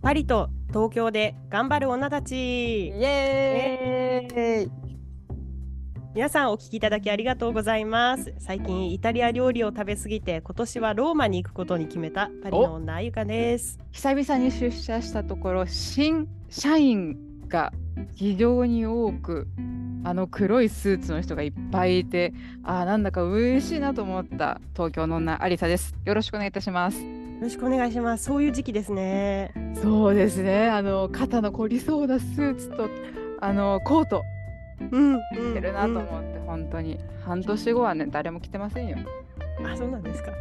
パリと東京で頑張る女たち。 イエーイ。 皆さんお聞きいただきありがとうございます。最近イタリア料理を食べ過ぎて今年はローマに行くことに決めたパリの女あゆかです。 久々に出社したところ、新社員が非常に多く、黒いスーツの人がいっぱいいて、なんだか嬉しいなと思った東京の女ありさです。よろしくお願いいたします。 よろしくお願いします。そういう時期ですね。 そうですね。肩の凝りそうなスーツとコート着てるなと思って、本当に半年後はね、誰も着てませんよ。 あ、そうなんですか。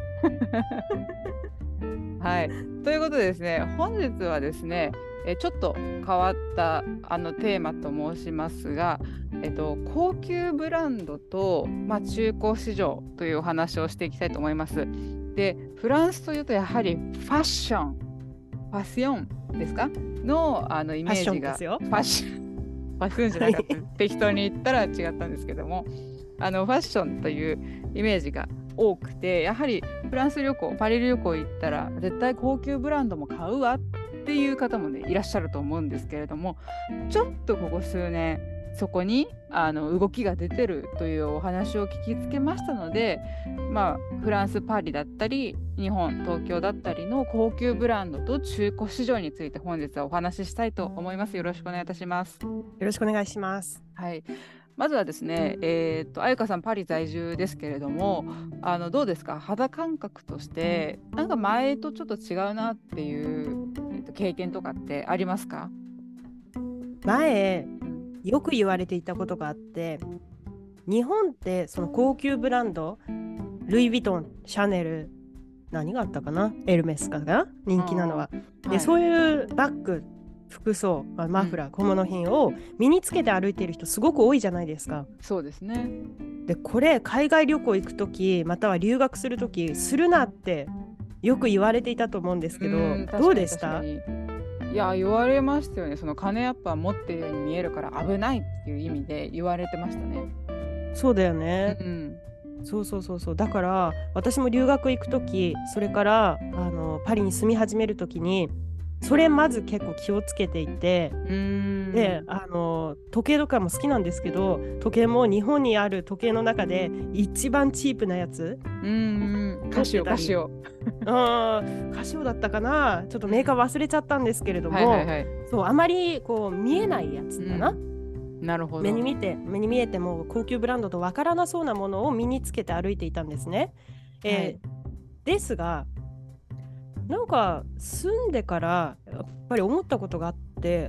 はい。ということでですね、本日はですね、ちょっと変わったテーマと申しますが、高級ブランドと、中古市場というお話をしていきたいと思います。で、フランスというとやはりファッション、ファッションですかの、イメージがファファッションファッションじゃなかった、適当に言ったら違ったんですけども、ファッションというイメージが多くて、やはりフランス旅行、パリ旅行行ったら絶対高級ブランドも買うわっていう方もねいらっしゃると思うんですけれども、ちょっとここ数年そこに動きが出てるというお話を聞きつけましたので、フランスパリだったり日本東京だったりの高級ブランドと中古市場について本日はお話ししたいと思います。よろしくお願いいたします。 よろしくお願いします。 はい。まずはですね、あゆかさんパリ在住ですけれども、どうですか、肌感覚としてなんか前とちょっと違うなっていう、経験とかってありますか？ 前よく言われていたことがあって、日本ってその高級ブランドルイ・ヴィトン、シャネル、何があったかな、エルメスかな、人気なのは。で、そういうバッグ、服装、マフラー、小物品を身につけて歩いている人すごく多いじゃないですか。 そうですね。 で、これ海外旅行行くときまたは留学するときするなってよく言われていたと思うんですけど、どうでした？ いや、言われましたよね。その金やっぱ持ってるように見えるから危ないっていう意味で言われてましたね。 そうだよね。そうだから私も留学行く時、それからパリに住み始める時にそれまず結構気をつけていて、で時計とかも好きなんですけど、時計も日本にある時計の中で一番チープなやつ、 カシオカシオカシオだったかな、ちょっとメーカー忘れちゃったんですけれども、そうあまりこう見えないやつだな、 なるほど。 目に見えても高級ブランドとわからなそうなものを身につけて歩いていたんですね。ですが、なんか住んでからやっぱり思ったことがあって、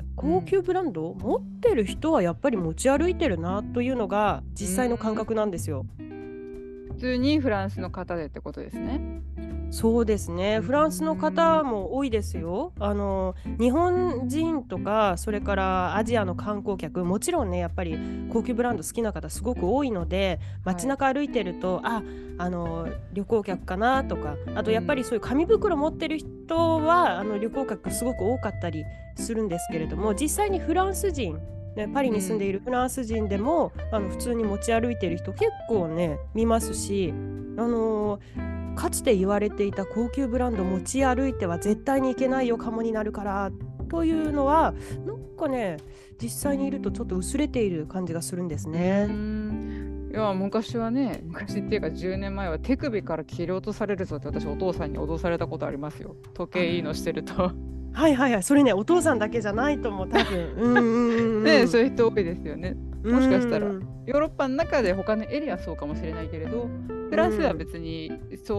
高級ブランドを持ってる人はやっぱり持ち歩いてるなというのが実際の感覚なんですよ。 普通にフランスの方でってことですね。 そうですね、フランスの方も多いですよ。日本人とか、それからアジアの観光客、もちろんねやっぱり高級ブランド好きな方すごく多いので、街中歩いてると、旅行客かなとか、あとやっぱりそういう紙袋持ってる人は旅行客すごく多かったりするんですけれども、実際にフランス人ね、パリに住んでいるフランス人でも普通に持ち歩いている人結構ね見ますし、かつて言われていた高級ブランド持ち歩いては絶対にいけないよ、カモになるからというのはなんかね、実際にいるとちょっと薄れている感じがするんですね。 いや、昔はね、昔っていうか10年前は手首から切り落とされるぞって私お父さんに脅されたことありますよ。時計いいのしてると。 はいはいはい、それねお父さんだけじゃないと思う、多分。 ね、そういう人多いですよね。もしかしたらヨーロッパの中で他のエリアはそうかもしれないけれど、フランスは別に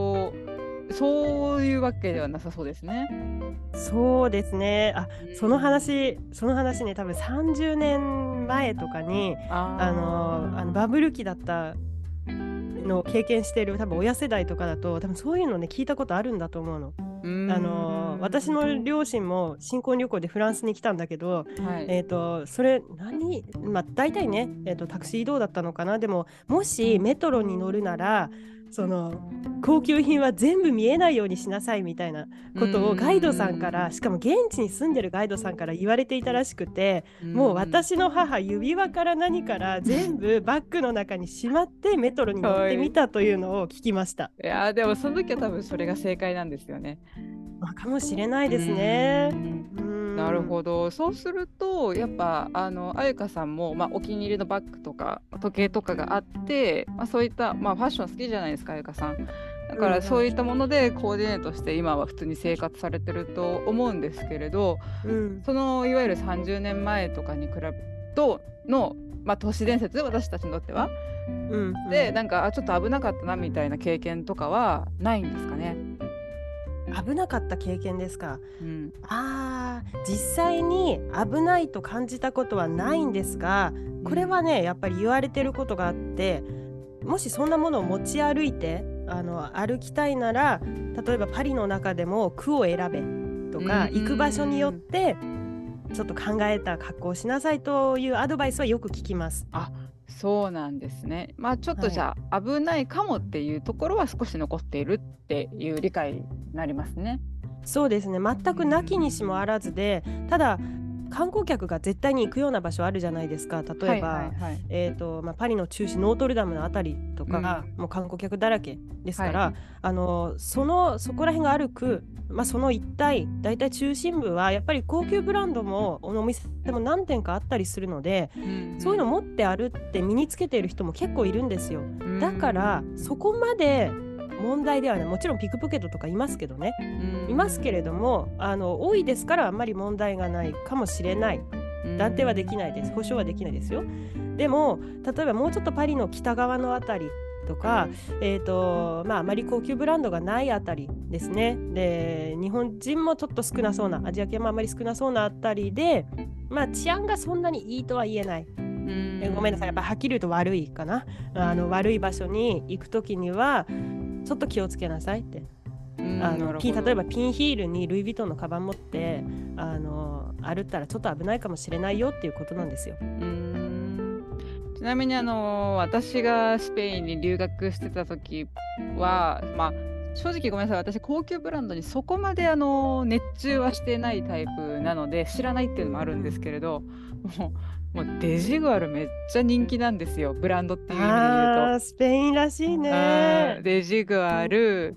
そういうわけではなさそうですね。 そうですね。その話ね、多分30年前とかにバブル期だったのを経験している多分親世代とかだと、多分そういうのね聞いたことあるんだと思うの。私の両親も新婚旅行でフランスに来たんだけど、それ大体ね、タクシー移動だったのかな。でももしメトロに乗るならその高級品は全部見えないようにしなさいみたいなことをガイドさんから、しかも現地に住んでるガイドさんから言われていたらしくて、もう私の母指輪から何から全部バッグの中にしまってメトロに乗ってみたというのを聞きました。 いやでもその時は多分それが正解なんですよね。 かもしれないですね。 なるほど。そうするとやっぱあゆかさんも、お気に入りのバッグとか時計とかがあって、そういった、ファッション好きじゃないですか、あゆかさん。だからそういったものでコーディネートして今は普通に生活されてると思うんですけれど、そのいわゆる30年前とかに比べとの、都市伝説、私たちにとっては、でなんかちょっと危なかったなみたいな経験とかはないんですかね。 危なかった経験ですか。実際に危ないと感じたことはないんですが、これはねやっぱり言われてることがあって、もしそんなものを持ち歩いて歩きたいなら、例えばパリの中でも区を選べとか、行く場所によってちょっと考えた格好をしなさいというアドバイスはよく聞きます。 そうなんですね。ちょっとじゃあ、危ないかもっていうところは少し残っているっていう理解になりますね。 そうですね、全くなきにしもあらずで、ただ観光客が絶対に行くような場所あるじゃないですか。例えば、パリの中心ノートルダムのあたりとか、もう観光客だらけですから、そこら辺が歩く、その一帯だいたい中心部はやっぱり高級ブランドもお店も何店かあったりするので、そういうの持って歩って身につけている人も結構いるんですよ。だからそこまで問題ではない。もちろんピックポケットとかいますけどね、いますけれども多いですから、あんまり問題がないかもしれない。断定はできないです。保証はできないですよ。でも例えばもうちょっとパリの北側のあたりとか、あまり高級ブランドがないあたりですね。で日本人もちょっと少なそうな、アジア系もあまり少なそうなあたりで、治安がそんなにいいとは言えない。ごめんなさい、やっぱはっきり言うと悪いかな。悪い場所に行くときにはちょっと気をつけなさいって。例えばピンヒールにルイ・ヴィトンのカバン持って歩ったらちょっと危ないかもしれないよっていうことなんですよ。 ちなみに私がスペインに留学してた時は、正直ごめんなさい、私高級ブランドにそこまで熱中はしてないタイプなので知らないっていうのもあるんですけれど、もうデジグアルめっちゃ人気なんですよ、ブランドっていう意味で言うと。 スペインらしいね。 デジグアル、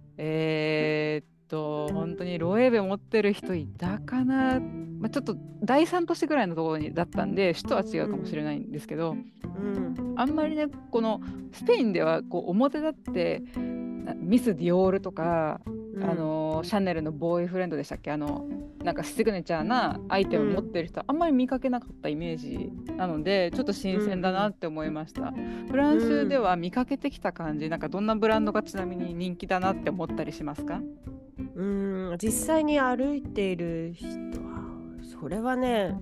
本当にロエベ持ってる人いたかな、ちょっと第3都市ぐらいのところにだったんで首都は違うかもしれないんですけど、あんまりねこのスペインでは表立ってミス・ディオールとか、シャネルのボーイフレンドでしたっけ、なんかシグネチャーなアイテム持ってる人、あんまり見かけなかったイメージなので、ちょっと新鮮だなって思いました。フランスでは見かけてきた感じ、なんかどんなブランドがちなみに人気だなって思ったりしますか？ 実際に歩いている人はそれはね、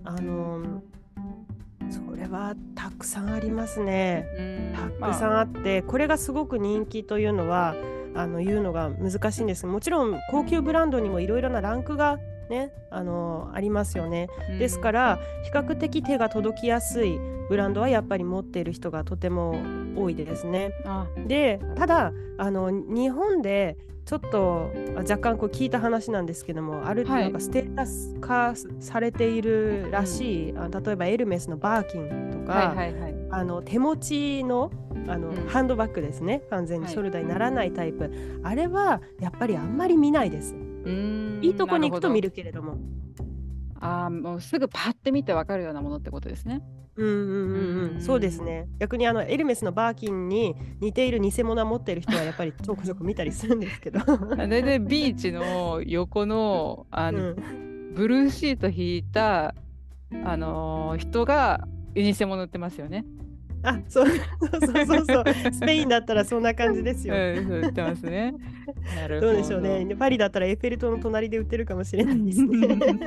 それはたくさんありますね。たくさんあって、これがすごく人気というのは言うのが難しいんですけど、もちろん高級ブランドにもいろいろなランクがねありますよね。ですから比較的手が届きやすいブランドはやっぱり持っている人がとても多いですね。でただ日本でちょっと若干聞いた話なんですけども、ある程度ステータス化されているらしい、例えばエルメスのバーキンとか、手持ちのハンドバッグですね、完全にショルダーにならないタイプ、あれはやっぱりあんまり見ないです。いいとこに行くと見るけれども、 もうすぐパッて見て分かるようなものってことですね。 そうですね。逆にエルメスのバーキンに似ている偽物を持っている人はやっぱりちょこちょこ見たりするんですけどでビーチの横のブルーシート引いた人が偽物売ってますよね。 そうスペインだったらそんな感じですよ。 売ってますね。なるほど。 どうでしょうね。パリだったらエッフェル塔の隣で売ってるかもしれないですね。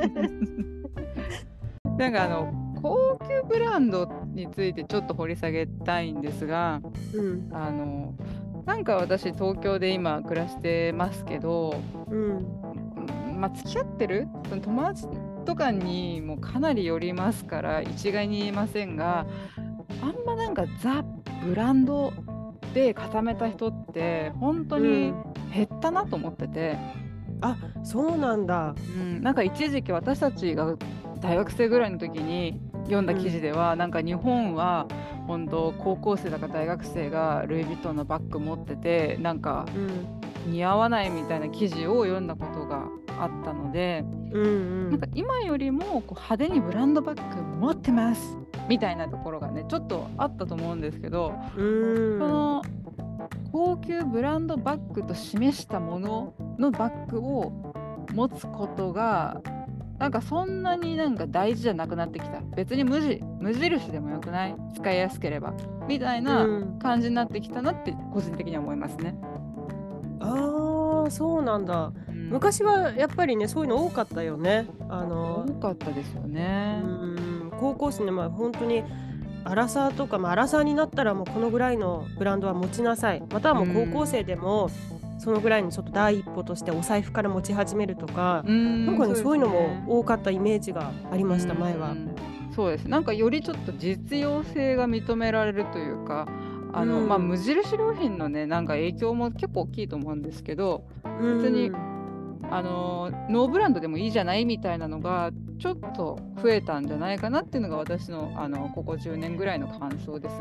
なんか高級ブランドについてちょっと掘り下げたいんですが、なんか私東京で今暮らしてますけど、付き合ってる友達とかにもかなりよりますから一概に言えませんが、あんまなんかザ・ブランドで固めた人って本当に減ったなと思ってて、 そうなんだ。 なんか一時期私たちが大学生ぐらいの時に読んだ記事では、なんか日本は本当高校生だか大学生がルイ・ヴィトンのバッグ持っててなんか似合わないみたいな記事を読んだことがあったので、 うんなんか今よりもこう派手にブランドバッグ持ってますみたいなところがねちょっとあったと思うんですけど、その高級ブランドバッグと示したもののバッグを持つことがなんかそんなになんか大事じゃなくなってきた。別に無印でもよくない？使いやすければみたいな感じになってきたなって個人的には思いますね。 ああ、そうなんだ。昔はやっぱりねそういうの多かったよね。 多かったですよね。 高校生で本当にアラサーとか、アラサーになったらもうこのぐらいのブランドは持ちなさい、またはもう高校生でもそのぐらいのちょっと第一歩としてお財布から持ち始めるとか、なんかねそういうのも多かったイメージがありました、前は。 そうです。なんかよりちょっと実用性が認められるというか、無印良品のねなんか影響も結構大きいと思うんですけど、別にノーブランドでもいいじゃないみたいなのがちょっと増えたんじゃないかなっていうのが私のここ10年ぐらいの感想です。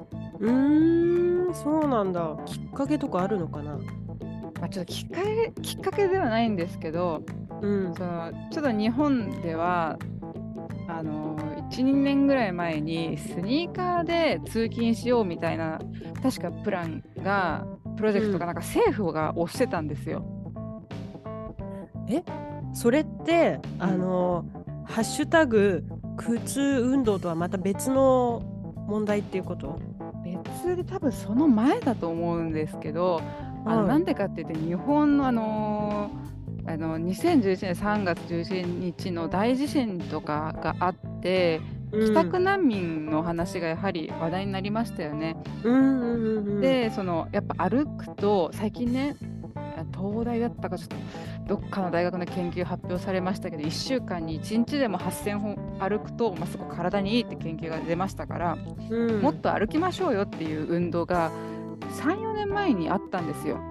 そうなんだ。きっかけとかあるのかな？ ちょっときっかけではないんですけど、ちょっと日本では1、2年ぐらい前にスニーカーで通勤しようみたいな確かプロジェクトがなんか政府が推してたんですよ。 それってハッシュタグ靴運動とはまた別の問題っていうこと？ 別で多分その前だと思うんですけど、なんでかって言って日本の2011年3月11日の大地震とかがあって帰宅難民の話がやはり話題になりましたよね。でやっぱ歩くと最近ね東大だったかちょっとどっかの大学の研究発表されましたけど1週間に1日でも8000歩歩くと、すごく体にいいって研究が出ましたから、もっと歩きましょうよっていう運動が 3,4 年前にあったんですよ。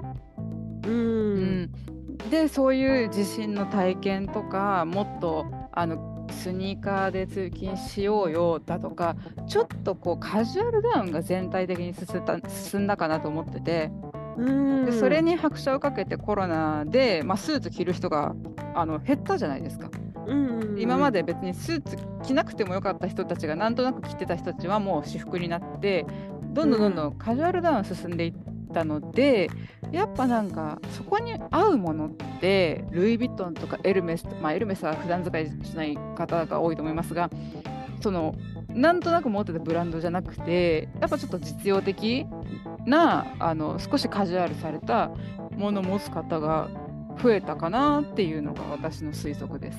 でそういう地震の体験とかもっとスニーカーで通勤しようよだとかちょっとこうカジュアルダウンが全体的に進んだかなと思ってて、でそれに拍車をかけてコロナで、スーツ着る人が減ったじゃないですか。今まで別にスーツ着なくてもよかった人たちがなんとなく着てた人たちはもう私服になってどんどんカジュアルダウン進んでいったので、やっぱなんかそこに合うものってルイ・ヴィトンとかエルメス、エルメスは普段使いしない方が多いと思いますが、なんとなく持ってたブランドじゃなくてやっぱちょっと実用的な少しカジュアルされたものを持つ方が増えたかなっていうのが私の推測です。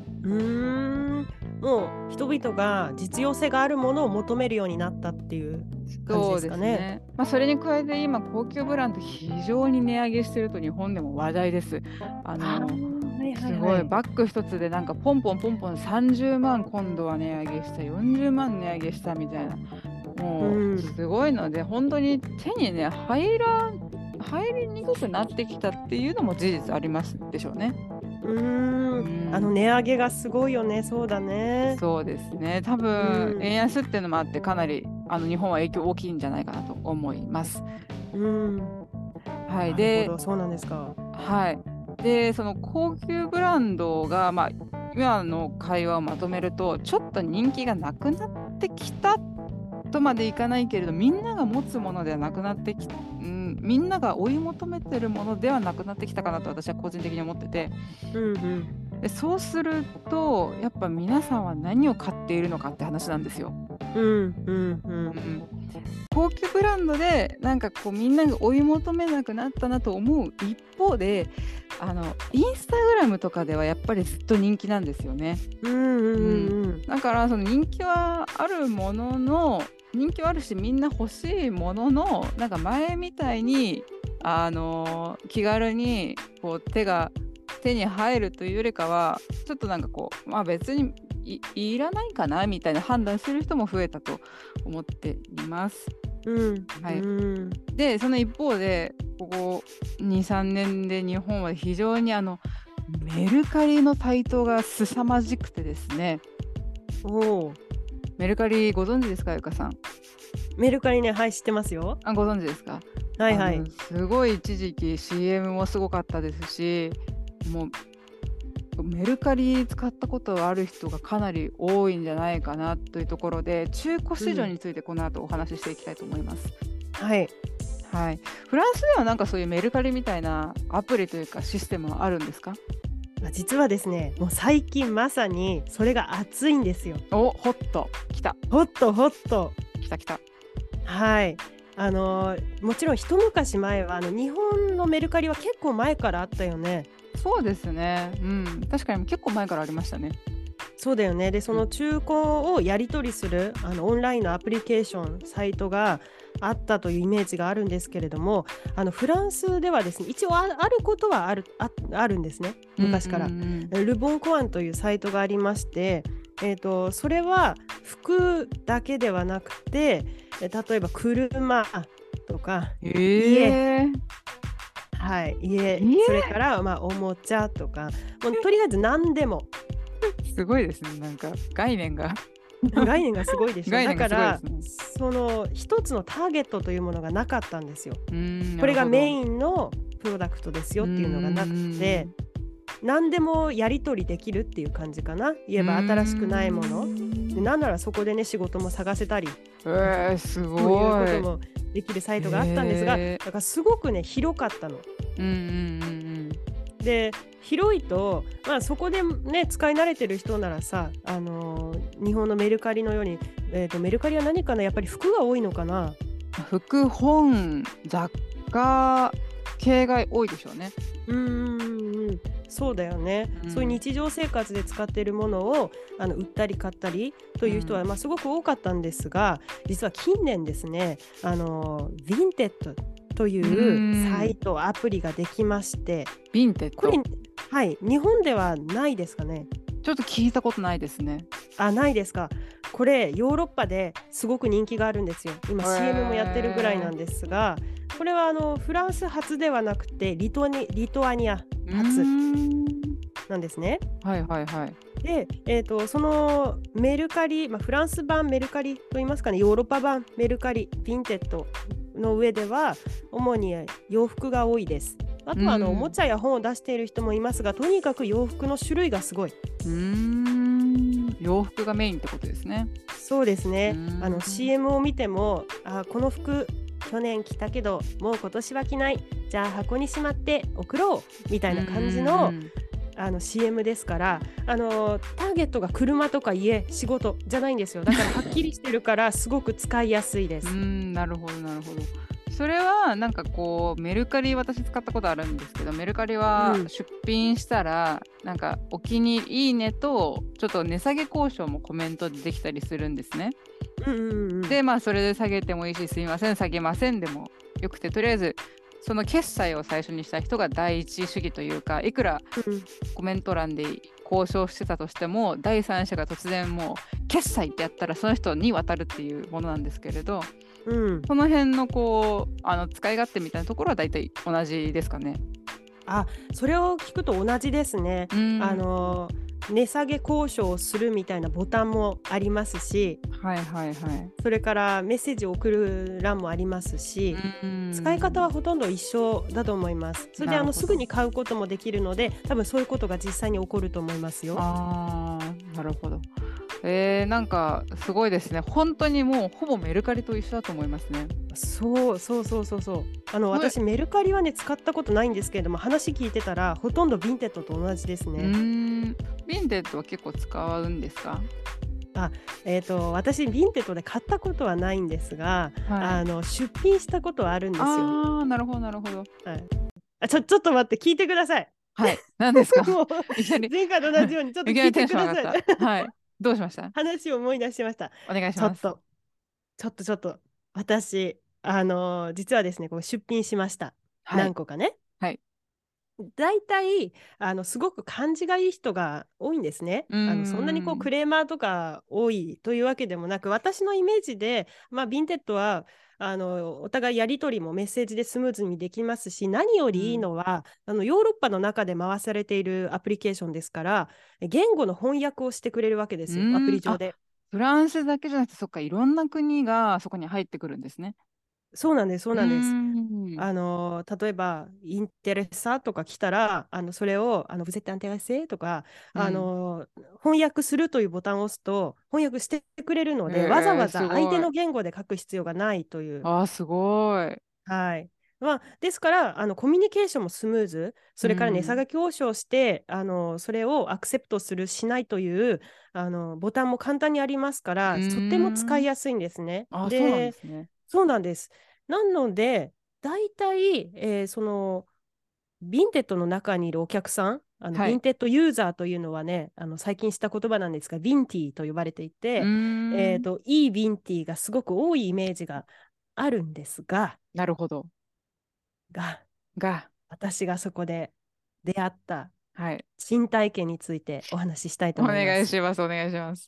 もう人々が実用性があるものを求めるようになったっていう感じですかね。 それに加えて今高級ブランド非常に値上げしてると日本でも話題です。すごいバッグ一つでなんかポンポン30万今度は値上げした40万値上げしたみたいな、もうすごいので本当に手にね入りにくくなってきたっていうのも事実ありますでしょうね。 値上げがすごいよね。そうだね。 そうですね。多分円安っていうのもあってかなり日本は影響大きいんじゃないかなと思います。はい。で、 そうなんですか。 はい。でその高級ブランドが今の会話をまとめるとちょっと人気がなくなってきたとまでいかないけれどみんなが持つものではなくなってきみんなが追い求めてるものではなくなってきたかなと私は個人的に思ってて、でそうするとやっぱ皆さんは何を買っているのかって話なんですよ。高級ブランドでなんかこうみんなが追い求めなくなったなと思う一方でインスタグラムとかではやっぱりずっと人気なんですよね。だからその人気はあるものの人気はあるしみんな欲しいもののなんか前みたいに気軽にこう手に入るというよりかはちょっとなんかこう別にいらないかなみたいな判断する人も増えたと思っています。でその一方でここ 2,3 年で日本は非常にメルカリの台頭が凄まじくてですね。メルカリご存知ですか、ゆかさん？ メルカリね、はい、知ってますよ。 ご存知ですか？ はいはい。 すごい一時期 CM もすごかったですし、もうメルカリ使ったことある人がかなり多いんじゃないかなというところで、中古市場についてこの後お話ししていきたいと思います。 はい。 はい。フランスではなんかそういうメルカリみたいなアプリというかシステムはあるんですか？ 実はですね、もう最近まさにそれが熱いんですよ。 ホット来た。 ホットホット。 来た来た。 はい。もちろん一昔前は日本のメルカリは結構前からあったよね。 そうですね。うん。確かに結構前からありましたね。 そうだよね。で、その中古をやり取りするオンラインのアプリケーション、サイトがあったというイメージがあるんですけれども、フランスではですね、一応あることはあるんですね、昔から。ルボンコアンというサイトがありまして、それは服だけではなくて、例えば車とか、家、はい、それからおもちゃとか、もうとりあえず何でも。 すごいですね。なんか概念がすごいでしょ。だから、その一つのターゲットというものがなかったんですよ。これがメインのプロダクトですよっていうのがなくて、何でもやり取りできるっていう感じかな。言えば新しくないもので、なんならそこでね仕事も探せたり、 すごいということもできるサイトがあったんですが、だからすごくね広かったの。で広いと、そこでね使い慣れてる人ならさ、日本のメルカリのように、メルカリは何かな、やっぱり服が多いのかな。 服、本、雑貨系が多いでしょうね。 そうだよね、そういう日常生活で使っているものを売ったり買ったりという人は、すごく多かったんですが、実は近年ですね、ヴィンテッドというサイト、アプリができまして。 ヴィンテッド、 これ、はい、日本ではないですかね。 ちょっと聞いたことないですね。 ないですか。これヨーロッパですごく人気があるんですよ。今 CM もやってるぐらいなんですが、これはフランス発ではなくてリトアニア発なんですね。 はいはいはい。 で、そのメルカリ、フランス版メルカリといいますかね、ヨーロッパ版メルカリヴィンテッドの上では主に洋服が多いです。あとはおもちゃや本を出している人もいますが、とにかく洋服の種類がすごい。 洋服がメインってことですね。 そうですね。CM を見ても、この服去年着たけどもう今年は着ない、じゃあ箱にしまって送ろうみたいな感じのCM ですから、ターゲットが車とか家、仕事じゃないんですよ。だからはっきりしてるからすごく使いやすいです。 なるほどなるほど。それはなんかこうメルカリ、私使ったことあるんですけど、メルカリは出品したら、なんかお気に入り、いいねとちょっと値下げ交渉もコメントでできたりするんですね。でそれで下げてもいいし、すいません下げませんでもよくて、とりあえずその決済を最初にした人が第一主義というか、いくらコメント欄で交渉してたとしても、第三者が突然もう決済ってやったらその人に渡るっていうものなんですけれど、その辺のこう使い勝手みたいなところは大体同じですかね。 それを聞くと同じですね。値下げ交渉をするみたいなボタンもありますし、それからメッセージを送る欄もありますし、使い方はほとんど一緒だと思います。それですぐに買うこともできるので、多分そういうことが実際に起こると思いますよ。 なるほど。なんかすごいですね。本当にもうほぼメルカリと一緒だと思いますね。 そう私メルカリはね使ったことないんですけれども、話聞いてたらほとんどヴィンテッドと同じですね。 ヴィンテッドは結構使うんですか？ 私ヴィンテッドで買ったことはないんですが、出品したことはあるんですよ。 なるほどなるほど。 ちょっと待って、聞いてください。 何ですか？ もう前回と同じようにちょっと聞いてください。 どうしました？ 話を思い出しました。 お願いします。 ちょっと私実はですね、こう出品しました。何個かね。だいたいすごく感じがいい人が多いんですね。そんなにこうクレーマーとか多いというわけでもなく、私のイメージで、ヴィンテッドはお互いやり取りもメッセージでスムーズにできますし、何よりいいのは、ヨーロッパの中で回されているアプリケーションですから、言語の翻訳をしてくれるわけですよ、アプリ上で。 フランスだけじゃなくて、そっか、いろんな国がそこに入ってくるんですね。 そうなんです、そううーなんです。 ん。 例えば、インテレッサとか来たら、それを、vous êtes intéressé とか、 うん。 翻訳するというボタンを押すと、翻訳してくれるので、わざわすざ相手ごい。 の言語で書く必要がないという。 すごい。 はい。まあ、ですから、コミュニケーションもスムーズ、そうれから値下ん。 が交渉して、それをアクセプトする、しないという、ボタンも簡単にありますかうら、とても使ーん。 いやすいんですね。 そうなんでで、 すね。 そうなんです。なので、大体、ヴィンテッドの中にいるお客さん、ヴはい。 ィンテッドユーザーというのはね、最近した言葉なんですが、ヴィンティーと呼ばれていうーて、 ん。 いいヴィンティーがすごく多いイメージがあるんですが、 なるほど。 が、 が、 私がそこで出会ったはい。 新体験についてお話ししたいとお思います。 願いします。お願いします。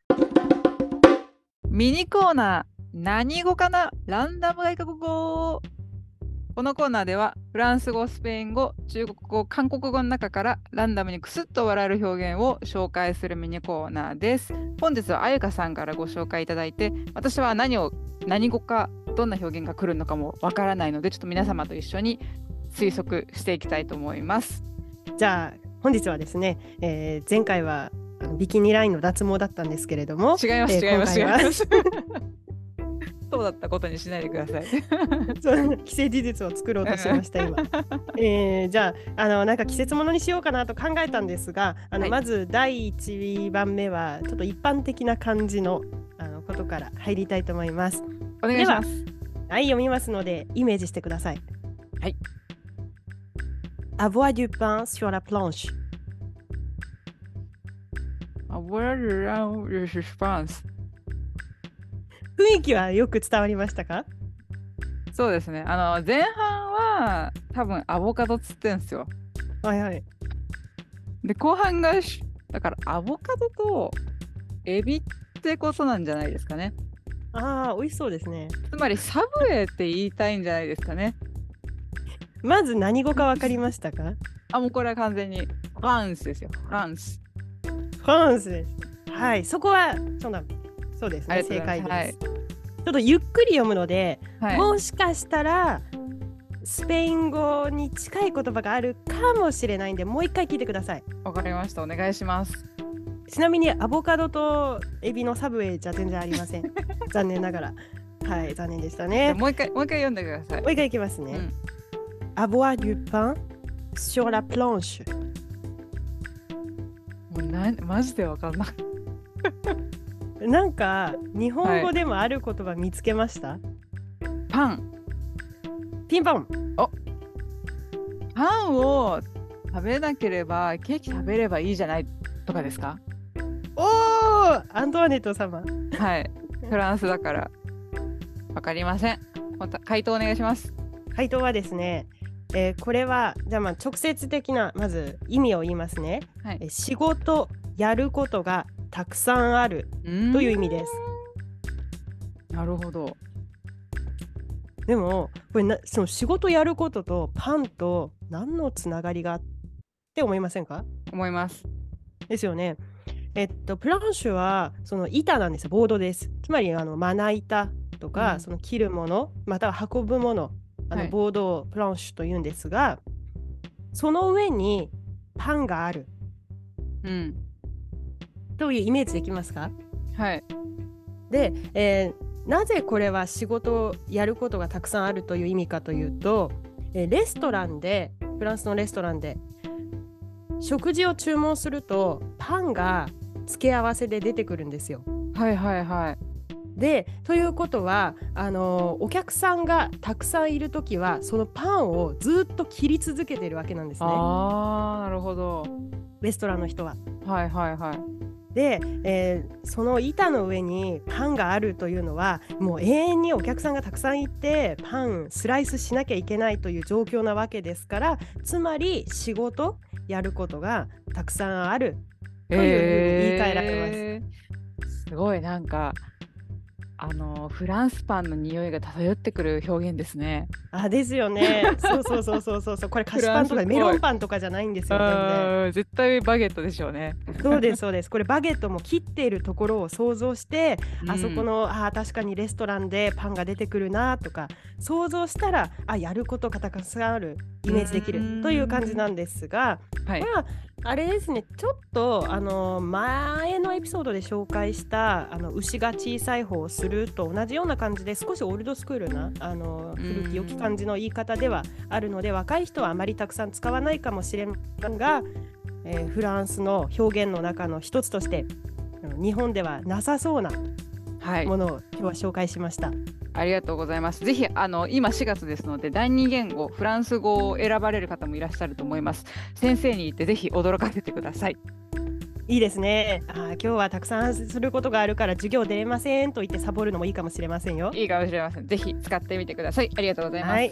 ミニコーナー、何語かなランダム外国語。このコーナーでは、フランス語、スペイン語、中国語、韓国語の中からランダムにクスッと笑える表現を紹介するミニコーナーです。本日はあゆかさんからご紹介いただいて、私は何語か、どんな表現が来るのかもわからないので、ちょっと皆様と一緒に推測していきたいと思います。 じゃあ、本日はですね、前回はビキニラインの脱毛だったんですけれども、 違います、違います、違い今回はます。そうだったことにしないでください。 そう既成事実を作ろうとしました、今。じゃあ、なんか季節ものにしようかなと考えたんですが、 はい、 まず第1番目は、ちょっと一般的な感じの、ことから入りたいと思います。 お願いします。 はい、読みますので、イメージしてください。 はい。 Avoir du pain sur la planche。雰囲気はよく伝わりましたか？ そうですね。前半は多分アボカドっつってんすよ。 はいはい。 で、後半がだからアボカドとエビってことなんじゃないですかね。 ああ、美味しそうですね。 つまりサブウェイって言いたいんじゃないですかね。 まず何語か分かりましたか？ もうこれは完全にフランスですよ。フランス。 フランスです。はい、そこはそうですね、正解です。はい、ちょっとゆっくり読むので、はい、もしかしたらスペイン語に近い言葉があるかもしれないんで、もう一回聞いてください。 わかりました。お願いします。 ちなみにアボカドとエビのサブウェイじゃ全然ありません。残念ながら。はい、残念でしたね。 もう一回読んでください。 もう一回いきますね。Avoir du pain sur la planche。 もうマジでわかんない。 なんか日本語でもある言葉見つけました？はい、 パン。 ピンポン。 パンを食べなければケーキ食べればいいじゃないとかですか？ おー、アントワネット様。 はい、フランスだからわかりません。回答お願いします。 回答はですね、これはじゃあ直接的なまず意味を言いますね。はい、仕事やることがたくさんあるという意味です。 なるほど。 でもこれその仕事やることとパンと何のつながりがって思いませんか？ 思います。 ですよね。プランシュはその板なんですよ。ボードです。つまりまな板とか、その切るものまたは運ぶもの、ボードをプランシュというんですが、その上にパンがある、というイメージできますか？ はい。 で、なぜこれは仕事をやることがたくさんあるという意味かというと、レストランでフランスのレストランで食事を注文するとパンが付け合わせで出てくるんですよ。 はいはいはい。 でということはお客さんがたくさんいるときはそのパンをずっと切り続けているわけなんですね。 なるほど。 レストランの人は。 はいはいはい。 で、その板の上にパンがあるというのはもう永遠にお客さんがたくさんいてパンスライスしなきゃいけないという状況なわけですから、つまり仕事やることがたくさんあるというふうに言い換えられます。 すごいなんかフランスパンの匂いが漂ってくる表現ですね。 ですよね。そうこれ菓子パンとかメロンパンとかじゃないんですよ。全然絶対バゲットでしょうね。 そうですこれバゲットも切っているところを想像して、あそこの確かにレストランでパンが出てくるなとか想像したらやることがたくさんあるイメージできるという感じなんですが、 はい、 あれですね、ちょっと前のエピソードで紹介した牛が小さい方をすると同じような感じで少しオールドスクールな古き良き感じの言い方ではあるので、若い人はあまりたくさん使わないかもしれませんが、フランスの表現の中の一つとして日本ではなさそうなものを今日は紹介しました。 ありがとうございます。ぜひ今4月ですので第2言語フランス語を選ばれる方もいらっしゃると思います。先生に言ってぜひ驚かせてください。 いいですね。今日はたくさんすることがあるから授業出れませんと言ってサボるのもいいかもしれませんよ。 いいかもしれません。ぜひ使ってみてください。ありがとうございます。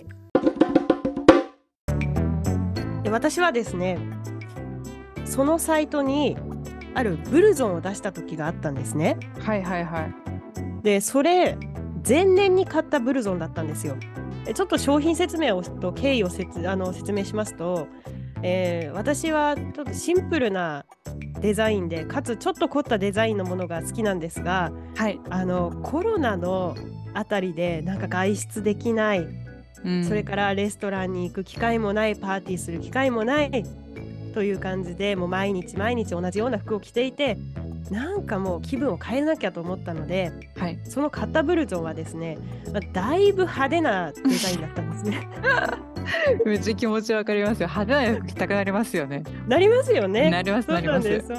で、私はですね、そのサイトにあるブルゾンを出した時があったんですね。で、それ前年に買ったブルゾンだったんですよ。ちょっと商品説明をと経緯を説明しますと、私はちょっとシンプルなデザインでかつちょっと凝ったデザインのものが好きなんですが、コロナのあたりでなんか外出できない、それからレストランに行く機会もない、パーティーする機会もないという感じで、もう毎日同じような服を着ていて、なんかもう気分を変えなきゃと思ったので、その買ったブルゾンはですね、だいぶ派手なデザインだったんですね。 めっちゃ気持ちわかりますよ。派手な服着たくなりますよね。 なりますよね。 なります。 そうなんです。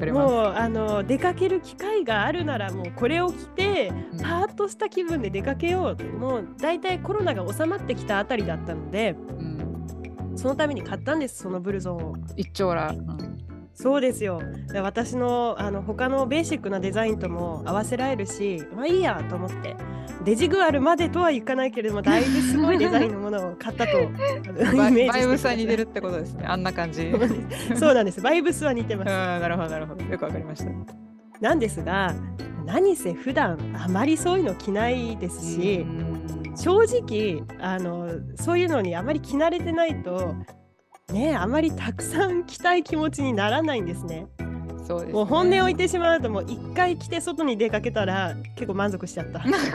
もう出かける機会があるならもうこれを着てパーッとした気分で出かけよう。もうだいたいコロナが収まってきたあたりだったので、そのために買ったんです、そのブルゾンを。 一丁羅。 そうですよ。で、私の他のベーシックなデザインとも合わせられるし、いいやと思ってデジグアルまでとはいかないけれども、だいぶすごいデザインのものを買ったとイメージしてバイブスは似てるってことですね。あんな感じ。 そうなんです。バイブスは似てます。 なるほどよくわかりました。 なんですが、何せ普段あまりそういうの着ないですし、正直そういうのにあまり着慣れてないとね、あまりたくさん着たい気持ちにならないんですね。 そうですね。 もう本音を言ってしまうと、もう一回着て外に出かけたら結構満足しちゃった。 衣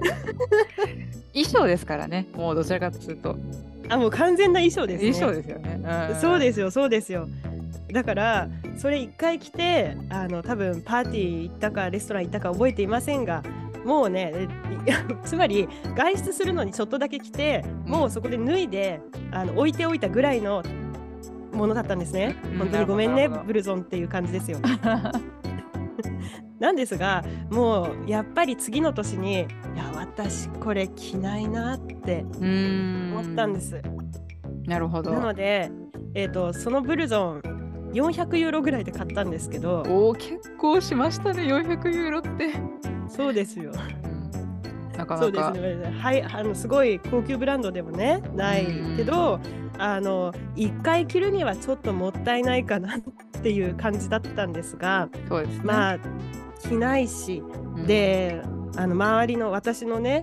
装ですからね。もうどちらかというと。 もう完全な衣装ですね。 衣装ですよね。 そうですよ。だからそれ一回着て多分パーティー行ったかレストラン行ったか覚えていませんが、もうねつまり外出するのにちょっとだけ着て、もうそこで脱いで置いておいたぐらいのものだったんですね。本当にごめんねブルゾンっていう感じですよ。なんですが、もうやっぱり次の年に私これ着ないなって思ったんです。 なるほど。 なので、そのブルゾン400ユーロぐらいで買ったんですけど。 結構しましたね、400ユーロって。 そうですよ。 なかなか。 そうですね。すごい高級ブランドでもねないけど、1回着るにはちょっともったいないかなっていう感じだったんですが、 そうですね。 まあ着ないし、で周りの私のね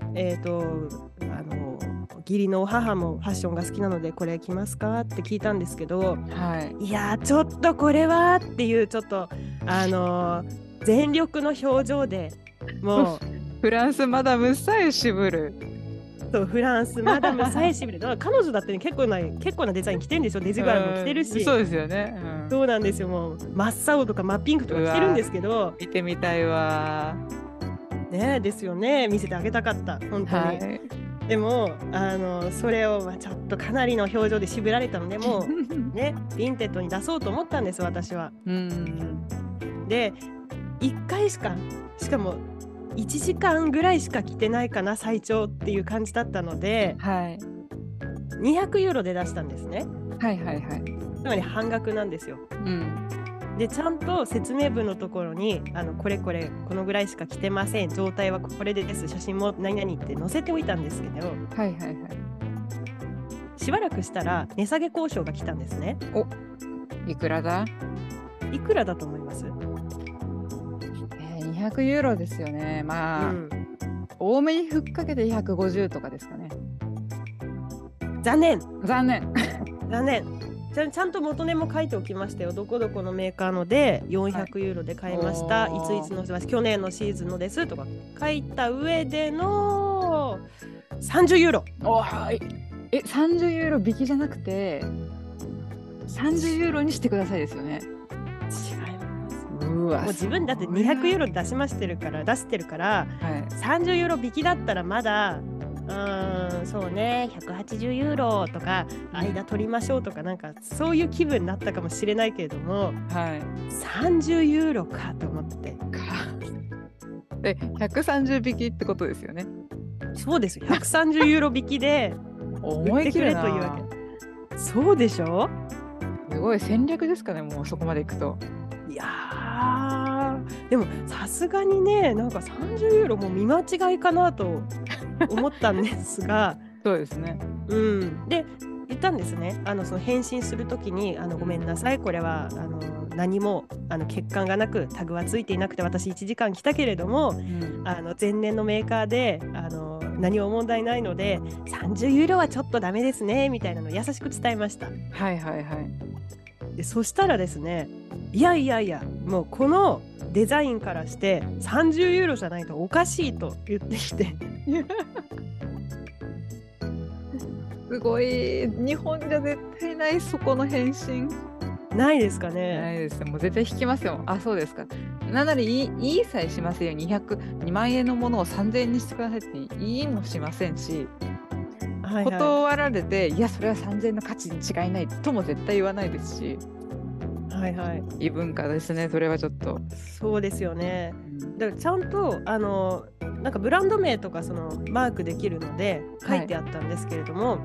義理のお母もファッションが好きなので、これ着ますかって聞いたんですけど、いやちょっとこれはっていう、ちょっと全力の表情でもうフランスマダムさえ渋る。 そうフランスマダムさえ渋る。だから彼女だって、ね、結構なデザイン着てるんですよ。デジグアルも着てるし。 そうですよね。 そうなんですよ。もう真っ青とか真っピンクとか着てるんですけど、 見てみたいわね。ですよね。見せてあげたかった本当に。でもそれをちょっとかなりの表情で渋られたので、もうねヴィンテッドに出そうと思ったんです、私は。で1回しかも1時間ぐらいしか着てないかな、最長っていう感じだったので、200ユーロで出したんですね。つまり半額なんですよ。でちゃんと説明文のところにこれこのぐらいしか着てません、状態はこれです、写真も何々って載せておいたんですけど、しばらくしたら値下げ交渉が来たんですね。 いくらだと思います？ 200ユーロですよね。 多めにふっかけて150とかですかね。 残念残念。 残念。ちゃんと元値も書いておきましたよ。どこどこのメーカーので400ユーロで買いました、いついつの去年のシーズンのですとか書いた上での30ユーロ。 30ユーロ引きじゃなくて30ユーロにしてくださいですよね。 違います。 うわ、 もう自分だって200ユーロ出してるから、30ユーロ引きだったらまだそうね180ユーロとか間取りましょうとかなんかそういう気分になったかもしれないけれども、30ユーロかと思ってで130引きってことですよね。 そうですよ、130ユーロ引きで売ってくれというわけ。そうでしょ。 すごい戦略ですかね、もうそこまでいくと。 いやーでもさすがにねなんか30ユーロも見間違いかなと思ったんですがそうですね。 で言ったんですね。その返信するときにごめんなさい、これは何も欠陥がなくタグはついていなくて私1時間来たけれども、前年のメーカーで何も問題ないので30ユーロはちょっとダメですねみたいなのを優しく伝えました。でそしたらですね、いやもうこのデザインからして30ユーロじゃないとおかしいと言ってきてすごい、日本じゃ絶対ないそこの返信ないですかね。 ないです。もう絶対引きますよ。あ、そうですか。なのでいいさえしませんよ。2万円のものを3000円にしてくださいって言いもしませんし、断られていやそれは3000円の価値に違いないとも絶対言わないですし、異文化ですね、それはちょっと。 そうですよね。だからちゃんとなんかブランド名とかそのマークできるので書いてあったんですけれども、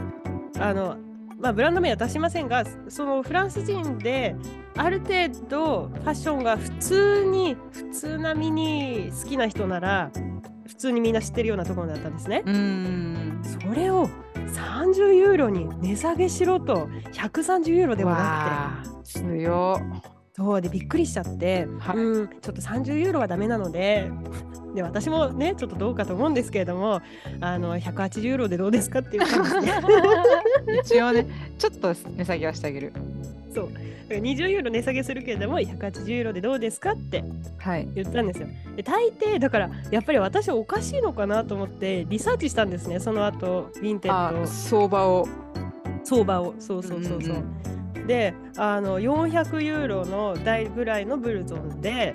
ブランド名は出しませんが、そのフランス人である程度ファッションが普通並みに好きな人なら普通にみんな知ってるようなところだったんですね。それを30ユーロに値下げしろと、130ユーロではなくて。 強っ。 そうでびっくりしちゃって、ちょっと30ユーロはダメなので私もねちょっとどうかと思うんですけれども180ユーロでどうですかっていう感じですね一応ねちょっと値下げはしてあげる。 そう20ユーロ値下げするけれども180ユーロでどうですかって言ったんですよ。で大抵だからやっぱり私はおかしいのかなと思ってリサーチしたんですね。その後ヴィンテッド相場をそうで400ユーロの台ぐらいのブルゾンで、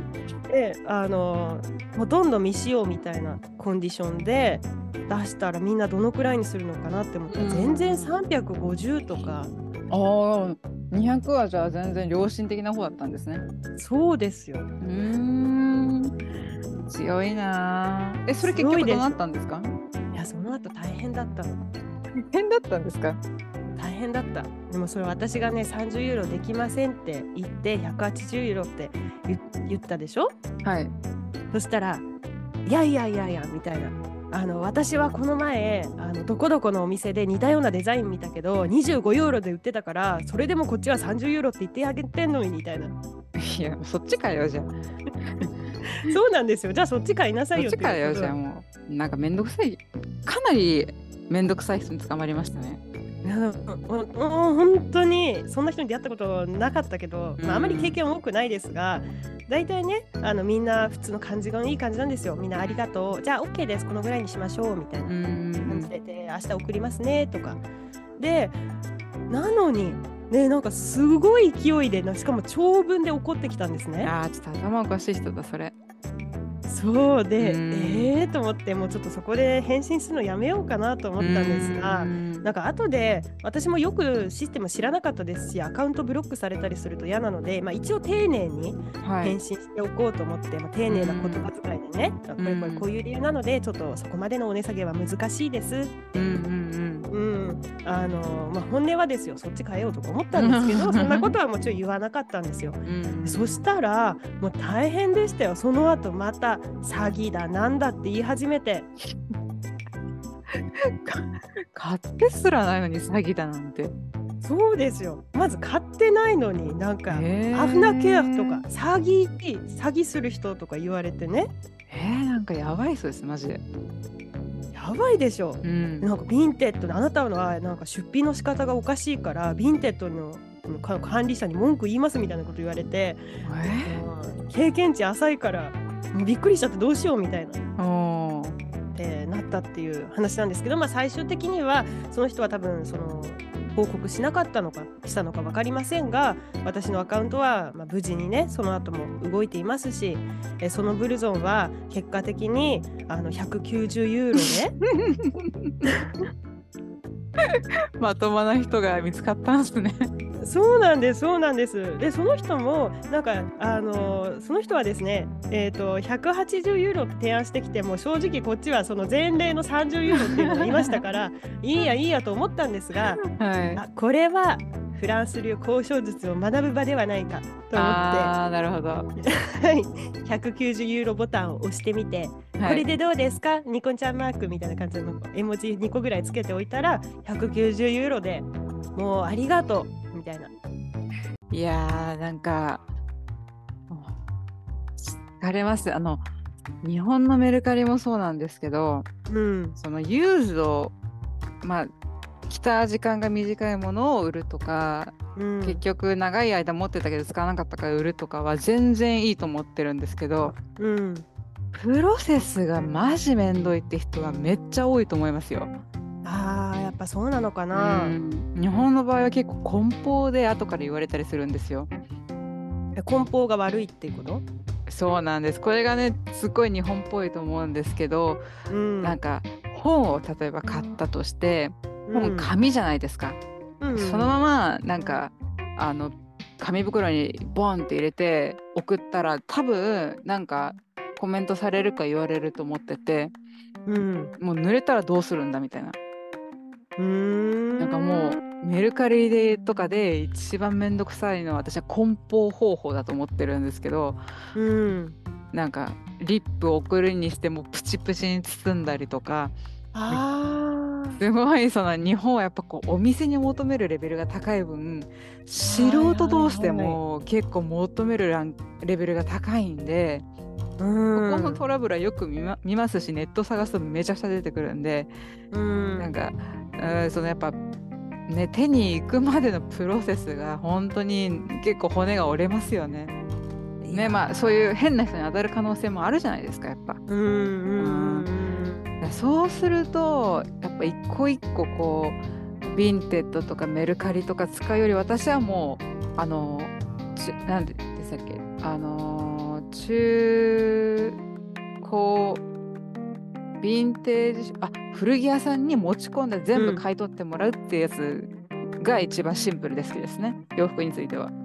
ほとんど未使用みたいなコンディションで出したらみんなどのくらいにするのかなって思ったら、全然350とか。 200はじゃあ全然良心的な方だったんですね。 そうですよ。 強いな。それ結局どうなったんですか？ いやその後大変だったの。 大変だったんですか？ 大変だった。でもそれ私がね30ユーロできませんって言って180ユーロって言ったでしょ。そしたらいやみたいな、私はこの前どこどこのお店で似たようなデザイン見たけど25ユーロで売ってたからそれでもこっちは30ユーロって言ってあげてんのにみたいな。 いやそっちかよじゃあそうなんですよ。じゃあそっ買いなさいよっていうこと。そっちかよじゃあもうなんかめんどくさい、かなりめんどくさい人に捕まりましたね。 本当にそんな人に出会ったことなかったけど、あまり経験は多くないですが、大体ねみんな普通の感じがいい感じなんですよ。みんなありがとう、じゃあ OK です、このぐらいにしましょうみたいな感じで、明日送りますねとかで、なのにねなんかすごい勢いでしかも長文で怒ってきたんですね。 ちょっと頭おかしい人だそれ。 そうでと思ってもうちょっとそこで返信するのやめようかなと思ったんですが、なんか後で私もよくシステム知らなかったですしアカウントブロックされたりすると嫌なので、一応丁寧に返信しておこうと思って、丁寧な言葉遣いでね、こういう理由なのでちょっとそこまでのお値下げは難しいです本音はですよ、そっち変えようとか思ったんですけどそんなことはもちろん言わなかったんですよ。そしたらもう大変でしたよ。その後また詐欺だなんだって言い始めて買ってすらないのに詐欺だなんて。 そうですよ。まず買ってないのになんかアフナケアとか詐欺する人とか言われてね。 なんかやばいそうですマジで。 やばいでしょ。 うん、 なんかヴィンテッドであなたのはなんか出費の仕方がおかしいからヴィンテッドの管理者に文句言いますみたいなこと言われて、経験値浅いからもうびっくりしちゃってどうしようみたいなってなったっていう話なんですけど、まあ、最終的にはその人は多分その報告しなかったのかしたのか分かりませんが、私のアカウントはまあ無事にねその後も動いていますし、そのブルゾンは結果的に190ユーロでまともな人が見つかったんですね。 そうなんです、そうなんです。で、その人もなんかその人はですね、180ユーロって提案してきても正直こっちはその前例の30ユーロっていうのがいましたからいいやいいやと思ったんですが、 はい、 これはフランス流交渉術を学ぶ場ではないかと思って、 なるほど 190ユーロボタンを押してみて、これでどうですかニコンちゃんマークみたいな感じの絵文字2個ぐらいつけておいたら190ユーロでもうありがとうみたいな。 いやーなんか疲れます。日本のメルカリもそうなんですけど、そのユーズをまあ来た時間が短いものを売るとか、結局長い間持ってたけど使わなかったから売るとかは全然いいと思ってるんですけど、プロセスがマジめんどいって人がめっちゃ多いと思いますよ。 やっぱそうなのかな。 日本の場合は結構梱包で後から言われたりするんですよ。 梱包が悪いっていうこと？ そうなんです。これがねすごい日本っぽいと思うんですけど、なんか本を例えば買ったとして、本紙じゃないですか、そのままなんか紙袋にボンって入れて送ったら多分なんかコメントされるか言われると思ってて、もう濡れたらどうするんだみたいな。なんかもうメルカリでとかで一番めんどくさいのは私は梱包方法だと思ってるんですけど、なんかリップ送るにしてもプチプチに包んだりとか、すごいその日本はやっぱこうお店に求めるレベルが高い分、素人同士でも結構求めるレベルが高いんで、ここのトラブルはよく見ますし、ネット探すとめちゃくちゃ出てくるんで、なんかそのやっぱね手に行くまでのプロセスが本当に結構骨が折れますよね。ね、まあそういう変な人に当たる可能性もあるじゃないですかやっぱ。そうするとやっぱ一個一個こうヴィンテッドとかメルカリとか使うより、私はもうなんでしたっけ、中古ヴィンテージ古着屋さんに持ち込んで全部買い取ってもらうっていうやつが一番シンプルで好きですね、洋服については。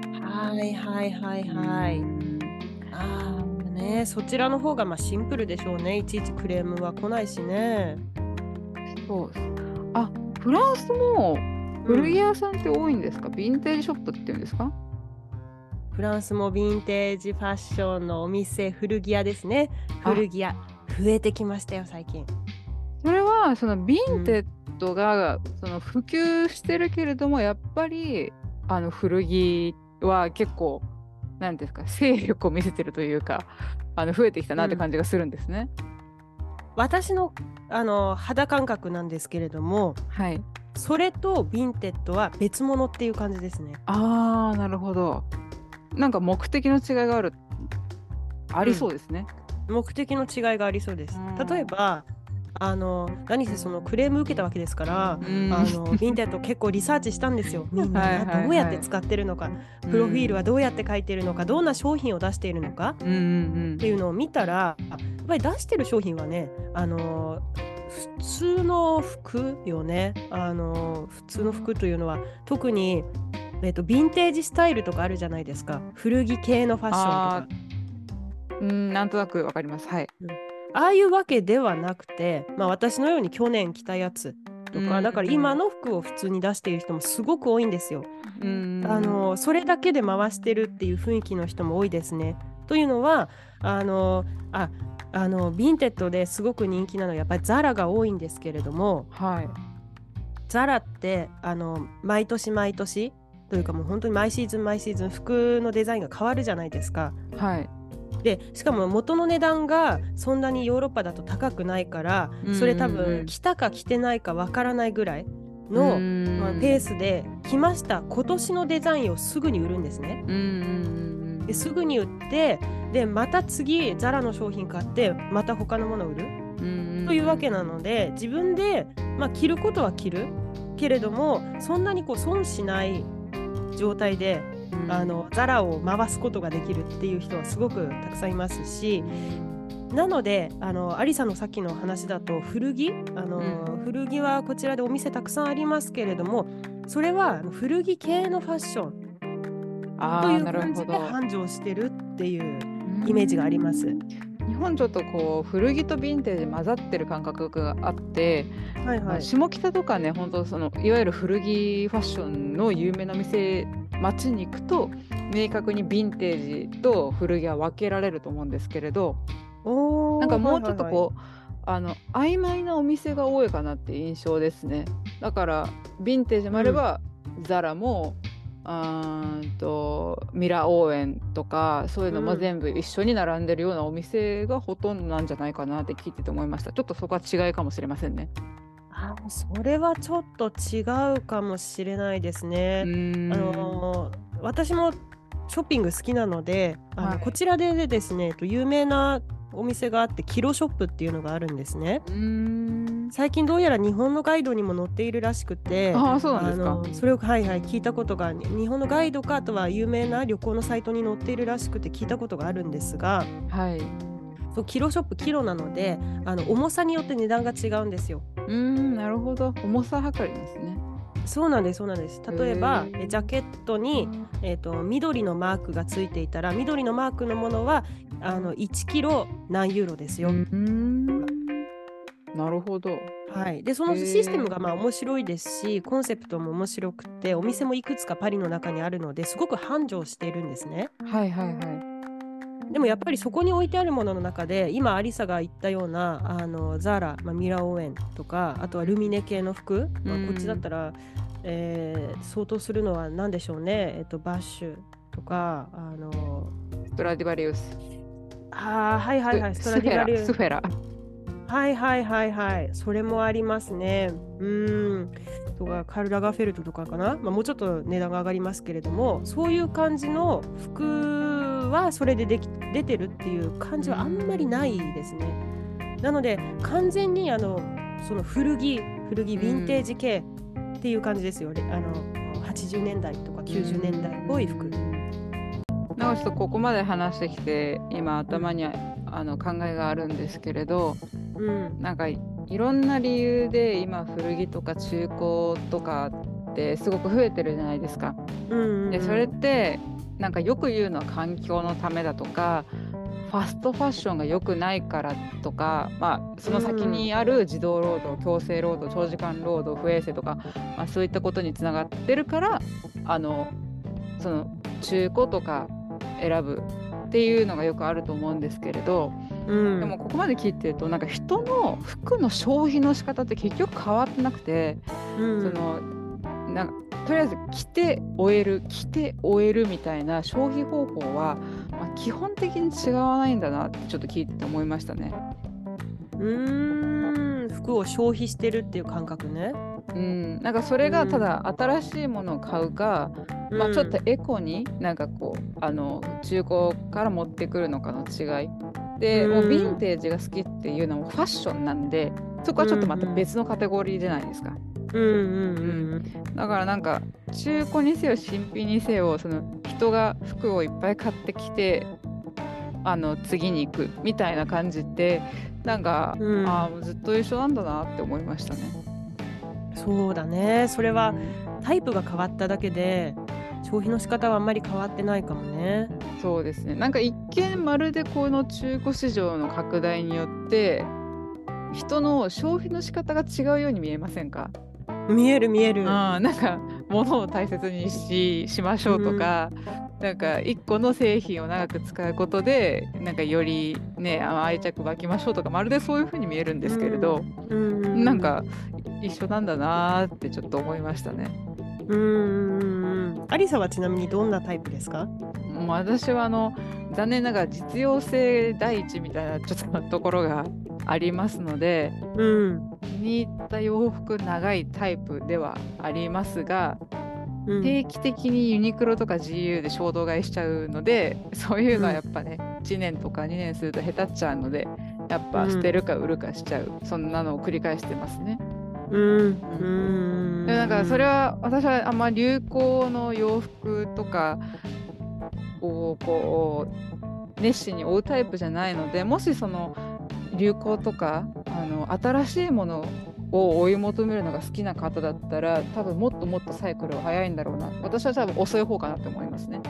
ね、そちらの方がまあシンプルでしょうね。いちいちクレームは来ないしね。 そう。フランスも古着屋さんって多いんですか？ヴィンテージショップっていうんですか？ フランスもヴィンテージファッションのお店、古着屋ですね。古着屋増えてきましたよ最近。 それはそのヴィンテッドがその普及してるけれども、やっぱり古着は結構なんですか、勢力を見せてるというか増えてきたなって感じがするんですね。 私の肌感覚なんですけれども、それとヴィンテッドは別物っていう感じですね。 なるほど。なんか目的の違いがありそうですね。 目的の違いがありそうです。例えば何せそのクレーム受けたわけですから、ヴィンテッド結構リサーチしたんですよ。みんなどうやって使ってるのか、プロフィールはどうやって書いてるのか、どんな商品を出しているのかっていうのを見たら、やっぱり出してる商品はね普通の服よね。普通の服というのは特にヴィンテージスタイルとかあるじゃないですか。古着系のファッションとか。 なんとなくわかります。 ああいうわけではなくて、私のように去年着たやつとか、だから今の服を普通に出している人もすごく多いんですよ。それだけで回してるっていう雰囲気の人も多いですね。というのはヴィンテッドですごく人気なのはやっぱりザラが多いんですけれども、ザラって毎年毎年というかもう本当に毎シーズン毎シーズン服のデザインが変わるじゃないですか。 でしかも元の値段がそんなにヨーロッパだと高くないから、それ多分着たか着てないかわからないぐらいの、ペースで来ました、今年のデザインをすぐに売るんですね。ですぐに売って、でまた次ザラの商品買ってまた他のものを売るというわけなので、自分で、着ることは着るけれどもそんなにこう損しない状態でザラを回すことができるっていう人はすごくたくさんいますし、なのでアリさんのさっきの話だと古着古着はこちらでお店たくさんありますけれども、それは古着系のファッションという感じで繁盛してるっていうイメージがあります。 日本ちょっとこう古着とヴィンテージ混ざってる感覚があって、下北とかね、本当そのいわゆる古着ファッションの有名な店街に行くと明確にヴィンテージと古着は分けられると思うんですけれど、なんかもうちょっとこう、曖昧なお店が多いかなっていう印象ですね。だからヴィンテージもあれば、ザラもミラオーエンとかそういうのも全部一緒に並んでるようなお店がほとんどなんじゃないかなって聞いてて思いました。ちょっとそこは違いかもしれませんね。 それはちょっと違うかもしれないですね。私もショッピング好きなのでこちらでですね有名なお店があってキロショップっていうのがあるんですね。最近どうやら日本のガイドにも載っているらしくて、 そうなんですか。 それを聞いたことが、日本のガイドかあとは有名な旅行のサイトに載っているらしくて聞いたことがあるんですが、そうキロショップキロなので重さによって値段が違うんですよ。 なるほど、重さ測りですね。 そうなんです。例えばジャケットに、緑のマークがついていたら緑のマークのものは1キロ何ユーロですよ。 なるほど。 でそのシステムが面白いですし、コンセプトも面白くて、お店もいくつかパリの中にあるのですごく繁盛しているんですね。でもやっぱりそこに置いてあるものの中で今アリサが言ったようなザーラ、ミラオーエンとかあとはルミネ系の服、こっちだったら、相当するのは何でしょうね、バッシュとかストラディバリウス、 ストラディバリウス、 スフェラ、 それもありますね。とかカルラガフェルトとかかな、もうちょっと値段が上がりますけれども、そういう感じの服はそれで出てるっていう感じはあんまりないですね。なので完全にその古着ヴィンテージ系っていう感じですよね。80年代とか90年代っぽい服。 なんかちょっとここまで話してきて今頭に考えがあるんですけれど、なんかいろんな理由で今古着とか中古とかってすごく増えてるじゃないですか。でそれってなんかよく言うのは環境のためだとかファストファッションが良くないからとか、その先にある児童労働、強制労働、長時間労働、不衛生とか、そういったことにつながってるからその中古とか選ぶっていうのがよくあると思うんですけれど、でもここまで聞いてるとなんか人の服の消費の仕方って結局変わってなくて、なんかとりあえず着て終えるみたいな消費方法は、基本的に違わないんだなってちょっと聞いてて思いましたね。 服を消費してるっていう感覚ね。 なんかそれがただ新しいものを買うか、ちょっとエコになんかこう中古から持ってくるのかの違いで、もうヴィンテージが好きっていうのもファッションなんで、そこはちょっとまた別のカテゴリーじゃないですか。だからなんか中古にせよ新品にせよその人が服をいっぱい買ってきて次に行くみたいな感じってなんか、もうずっと一緒なんだなって思いましたね。 そうだね。それはタイプが変わっただけで消費の仕方はあんまり変わってないかもね。 そうですね。なんか一見まるでこの中古市場の拡大によって人の消費の仕方が違うように見えませんか？ 見える。 なんか物を大切にしましょうとか、なんか一個の製品を長く使うことでなんかよりね愛着湧きましょうとか、まるでそういう風に見えるんですけれど、なんか一緒なんだなってちょっと思いましたね。 アリサはちなみにどんなタイプですか？ 私は残念ながら実用性第一みたいなちょっとところがありますので、気に入った洋服長いタイプではありますが、定期的にユニクロとか GU で衝動買いしちゃうので、そういうのはやっぱね、1年とか2年すると下手っちゃうので、やっぱ捨てるか売るかしちゃう、そんなのを繰り返してますね。でなんかそれは私はあんま流行の洋服とかをこう熱心に追うタイプじゃないので、もしその流行とか新しいものを追い求めるのが好きな方だったら、多分もっともっとサイクルは早いんだろうな。私は多分遅い方かなって思いますね。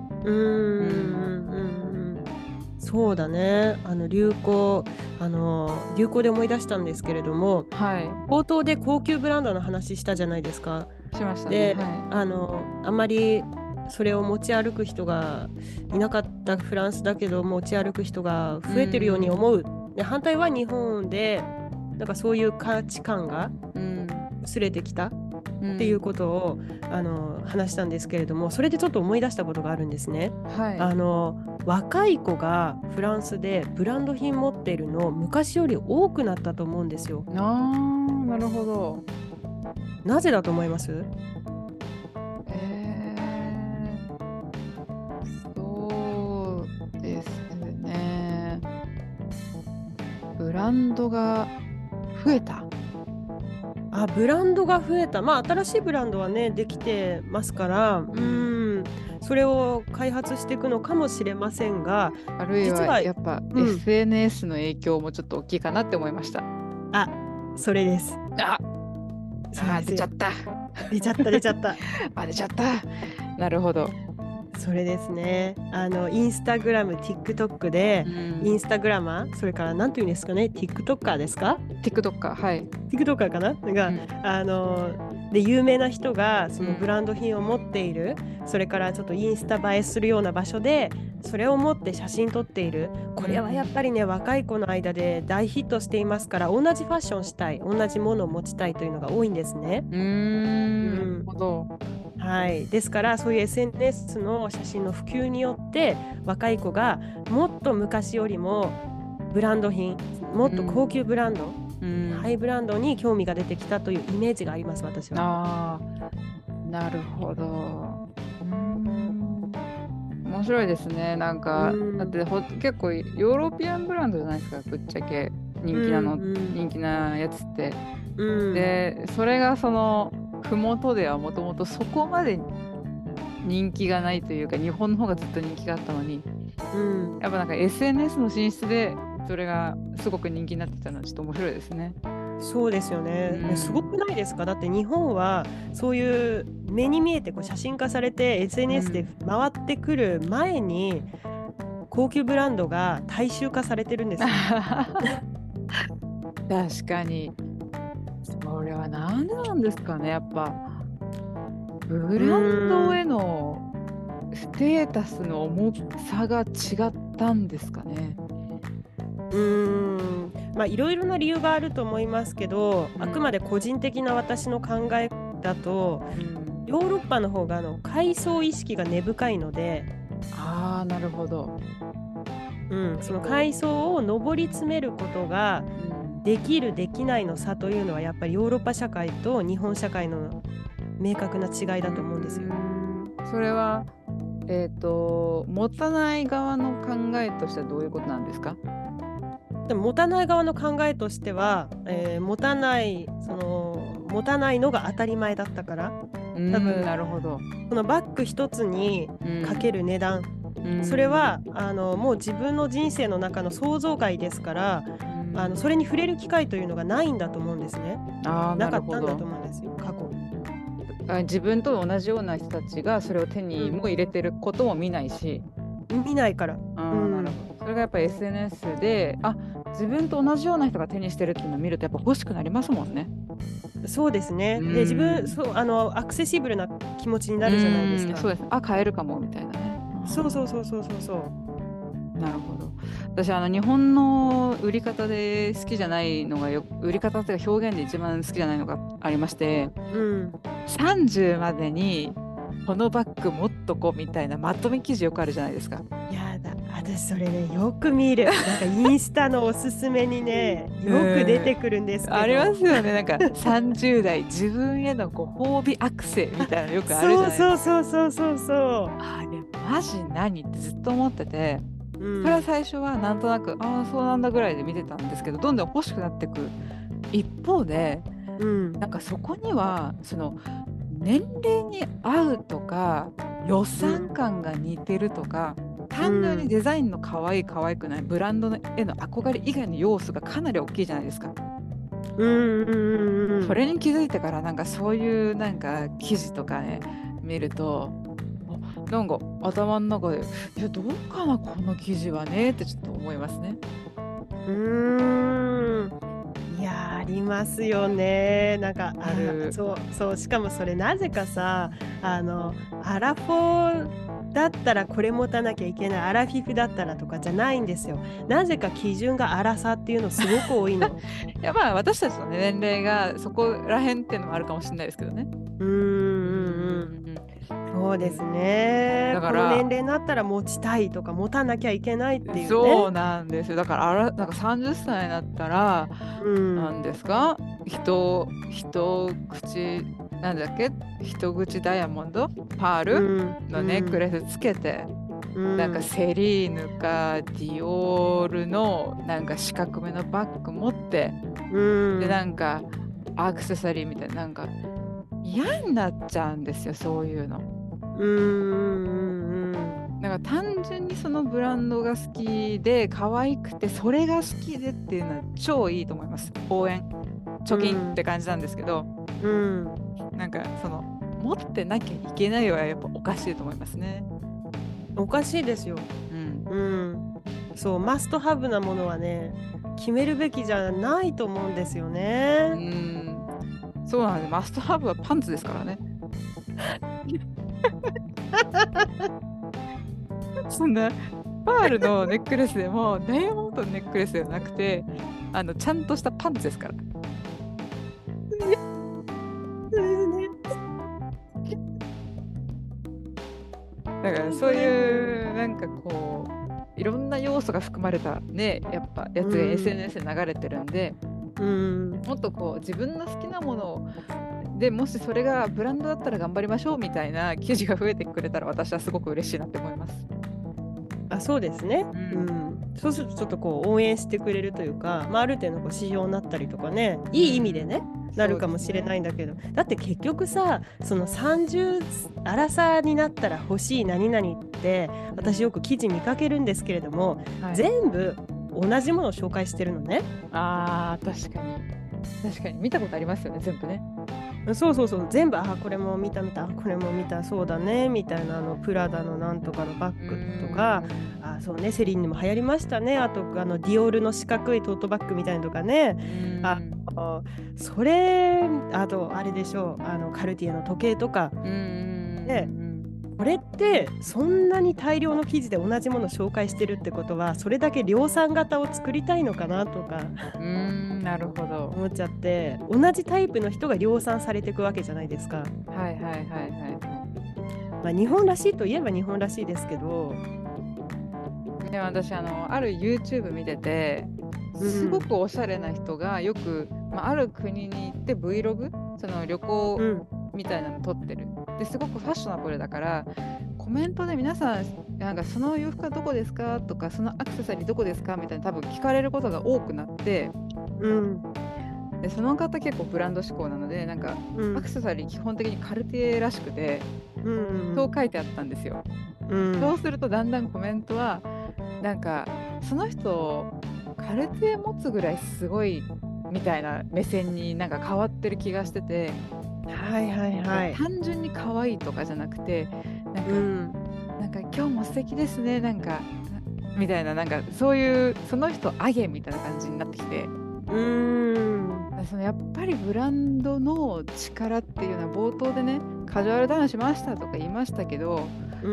そうだね。流行で思い出したんですけれども、冒頭で高級ブランドの話したじゃないですか。 しましたね。 で、あんまりそれを持ち歩く人がいなかったフランスだけど、持ち歩く人が増えてるように思う。で、反対は日本でなんかそういう価値観が薄れてきたっていうことを話したんですけれども、それでちょっと思い出したことがあるんですね。若い子がフランスでブランド品持っているの昔より多くなったと思うんですよ。 なるほど。 なぜだと思います？ そうですね。ブランドが増えた。 ブランドが増えた。新しいブランドはねできてますから、それを開発していくのかもしれませんが、 あるいはやっぱ SNS の影響もちょっと大きいかなって思いました。 それです。 出ちゃった。 出ちゃった出ちゃった。 なるほど。 それですね。インスタグラム、TikTok で、インスタグラマー、それから何ていうんですかね、TikToker ですか？ TikToker、はい。 TikToker かなが、で有名な人がそのブランド品を持っている、それからちょっとインスタ映えするような場所でそれを持って写真撮っている。これはやっぱりね、若い子の間で大ヒットしていますから、同じファッションしたい、同じものを持ちたいというのが多いんですね。 なるほど。 ですからそういう SNS の写真の普及によって若い子がもっと昔よりもブランド品、もっと高級ブランド、ハイブランドに興味が出てきたというイメージがあります、私は。 なるほど。面白いですね。なんかだって結構ヨーロピアンブランドじゃないですか、ぶっちゃけ人気なやつって。でそれがその麓ではもともとそこまで人気がないというか、日本の方がずっと人気があったのに、やっぱなんか SNS の進出でそれがすごく人気になってたのはちょっと面白いですね。 そうですよね。すごくないですか？だって日本はそういう目に見えて写真化されて SNS で回ってくる前に高級ブランドが大衆化されてるんですよ。 確かに。それは何でなんですかね。やっぱブランドへのステータスの重さが違ったんですかね。 いろいろな理由があると思いますけど、あくまで個人的な私の考えだと、ヨーロッパの方が階層意識が根深いので。 なるほど。 その階層を上り詰めることができるできないの差というのはやっぱりヨーロッパ社会と日本社会の明確な違いだと思うんですよ。 それは持たない側の考えとしてはどういうことなんですか？ でも持たない側の考えとしては、持たないのが当たり前だったから、多分なるほど。 このバッグ一つにかける値段、それはもう自分の人生の中の想像外ですから、それに触れる機会というのがないんだと思うんですね。なかったんだと思うんですよ、過去。 自分と同じような人たちがそれを手にも入れてることも見ないし。 見ないから。 なるほど。それがやっぱり SNS で自分と同じような人が手にしてるっていうのを見るとやっぱ欲しくなりますもんね。 そうですね。で自分アクセシブルな気持ちになるじゃないですか。 そうです。買えるかもみたいなね。 そう。 なるほど。私日本の売り方で好きじゃないのが売り方っていうか表現で一番好きじゃないのがありまして、30までにこのバッグ持っとこうみたいなまとめ記事よくあるじゃないですか。 やだ、私それねよく見る。なんかインスタのおすすめにねよく出てくるんですけど、 ありますよね。なんか30代自分へのご褒美アクセみたいなのよくあるじゃないですか。 そうあれマジ何ってずっと思ってて、それは最初はなんとなくそうなんだぐらいで見てたんですけど、どんどん欲しくなってく一方で、なんかそこにはその年齢に合うとか予算感が似てるとか、単純にデザインの可愛い可愛くないブランドへの憧れ以外の要素がかなり大きいじゃないですか。それに気づいてからなんかそういうなんか記事とかね見ると、なんか頭の中でいやどうかなこの記事はねってちょっと思いますね。 いやありますよね。なんかある。 そうしかもそれなぜかさ、アラフォーだったらこれ持たなきゃいけない、アラフィフだったらとかじゃないんですよ。なぜか基準がアラサっていうのすごく多いの。 いやまあ私たちの、ね、年齢がそこら辺っていうのもあるかもしれないですけどね。 そうですね。 だからこの年齢になったら持ちたいとか持たなきゃいけないっていうね。 そうなんですよ。だからなんか30歳になったら、なんですか、一口なんだっけ、一口ダイヤモンドパールのネックレスつけて、なんかセリーヌかディオールのなんか四角めのバッグ持って、でなんかアクセサリーみたいな、なんか嫌になっちゃうんですよそういうの。なんか単純にそのブランドが好きで可愛くてそれが好きでっていうのは超いいと思います。応援貯金って感じなんですけど、なんかその持ってなきゃいけないはやっぱおかしいと思いますね。 おかしいですよ。そうマストハブなものはね決めるべきじゃないと思うんですよね。 そうなんです。マストハブはパンツですからね。そんなパールのネックレスでもダイヤモンドのネックレスではなくてちゃんとしたパンツですから。だからそういうなんかこういろんな要素が含まれたねやっぱやつが SNS で流れてるんで、もっとこう自分の好きなものでもしそれがブランドだったら頑張りましょうみたいな記事が増えてくれたら私はすごく嬉しいなって思います。 そうですね。そうするとちょっとこう応援してくれるというか、ある程度こう指標になったりとかね、いい意味でね、なるかもしれないんだけど、だって結局さその30アラサーになったら欲しい何々って私よく記事見かけるんですけれども、全部同じものを紹介してるのね。 確かに見たことありますよね全部ね。 そう全部これも見たこれも見たそうだねみたいなプラダのなんとかのバッグとかそうねセリーヌも流行りましたね。あとディオールの四角いトートバッグみたいなとかね。それあとあれでしょうカルティエの時計とか。でこれってそんなに大量の記事で同じものを紹介してるってことはそれだけ量産型を作りたいのかなとかなるほど思っちゃって、同じタイプの人が量産されていくわけじゃないですか。日本らしいといえば日本らしいですけど、 でも私ある YouTube 見ててすごくおしゃれな人がよく、ある国に行って Vlog その旅行みたいなの撮ってる。ですごくファッショナブルだからコメントで皆さんなんかその洋服はどこですかとかそのアクセサリーどこですかみたいな多分聞かれることが多くなって、でその方結構ブランド志向なのでなんか、アクセサリー基本的にカルティエらしくて、そう書いてあったんですよ。そうするとだんだんコメントはなんかその人カルティエ持つぐらいすごいみたいな目線になんか変わってる気がしてて、単純に可愛いとかじゃなくてなんか今日も素敵ですねなんかみたいななんかそういうその人あげみたいな感じになってきて、そのやっぱりブランドの力っていうのは冒頭でねカジュアルダウンしましたとか言いましたけど、 うん、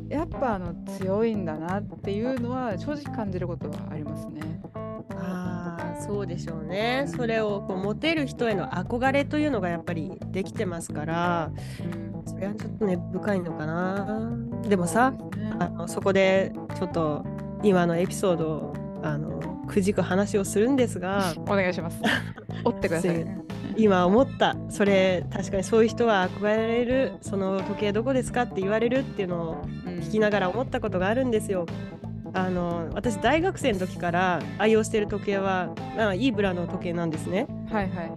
やっぱ強いんだなっていうのは正直感じることはありますね。 そうでしょうね。それをこうモテる人への憧れというのがやっぱりできてますから、それはちょっと根深いのかな。でもさ、そこでちょっと今のエピソードをくじく話をするんですがお願いします。追ってください。 今思った。それ確かにそういう人は憧れる。その時計どこですかって言われるっていうのを聞きながら思ったことがあるんですよ。私大学生の時から愛用している時計はいいブランドの時計なんですね。 はいはいはい。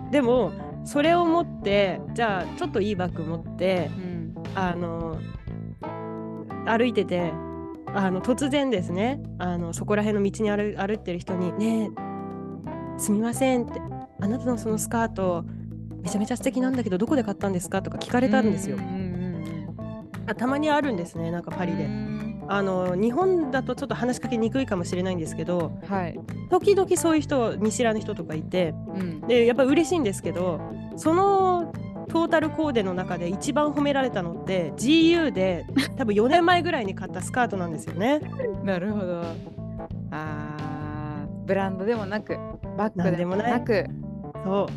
でもそれを持ってじゃあちょっといいバッグ持って、歩いてて突然ですねそこら辺の道に歩いてる人に「ねえすみません」って「あなたのそのスカートめちゃめちゃ素敵なんだけどどこで買ったんですか?」とか聞かれたんですよ。たまにあるんですね、なんかパリで。日本だとちょっと話しかけにくいかもしれないんですけど、 はい、 時々そういう人見知らぬ人とかいて、でやっぱ嬉しいんですけど、そのトータルコーデの中で一番褒められたのって GU で多分4年前ぐらいに買ったスカートなんですよね。 なるほど。ブランドでもなくバッグでもなく、 そう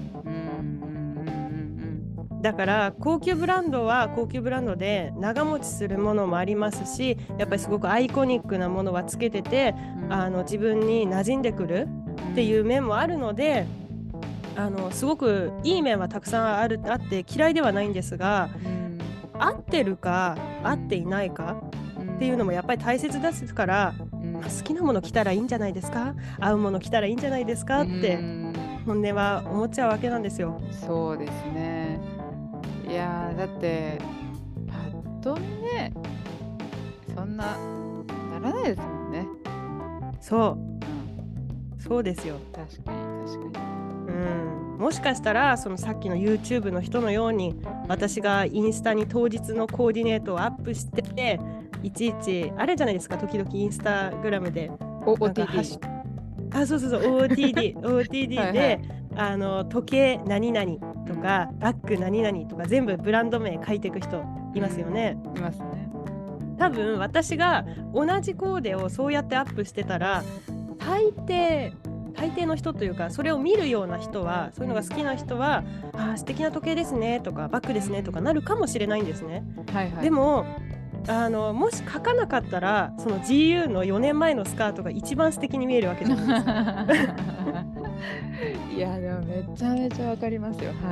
だから高級ブランドは高級ブランドで長持ちするものもありますし、やっぱりすごくアイコニックなものはつけてて、自分に馴染んでくるっていう面もあるので、すごくいい面はたくさんあって嫌いではないんですが、合ってるか合っていないかっていうのもやっぱり大切ですから、好きなもの着たらいいんじゃないですか、合うもの着たらいいんじゃないですかって本音は思っちゃうわけなんですよ。 そうですね。いやだってパッと見ね、そんなならないですもんね。 そうですよ。 確かに。 もしかしたらそのさっきの YouTube の人のように、私がインスタに当日のコーディネートをアップしてて、いちいちあれじゃないですか、時々インスタグラムで OTD そう OTD で時計何々とかバッグ何々とか全部ブランド名書いていく人いますよね。 いますね。 多分私が同じコーデをそうやってアップしてたら、大抵の人というか、それを見るような人は、そういうのが好きな人は素敵な時計ですねとかバッグですねとかなるかもしれないんですね。でももし書かなかったら、その GU の4年前のスカートが一番素敵に見えるわけじゃないですか。 いやでもめちゃめちゃわかりますよ。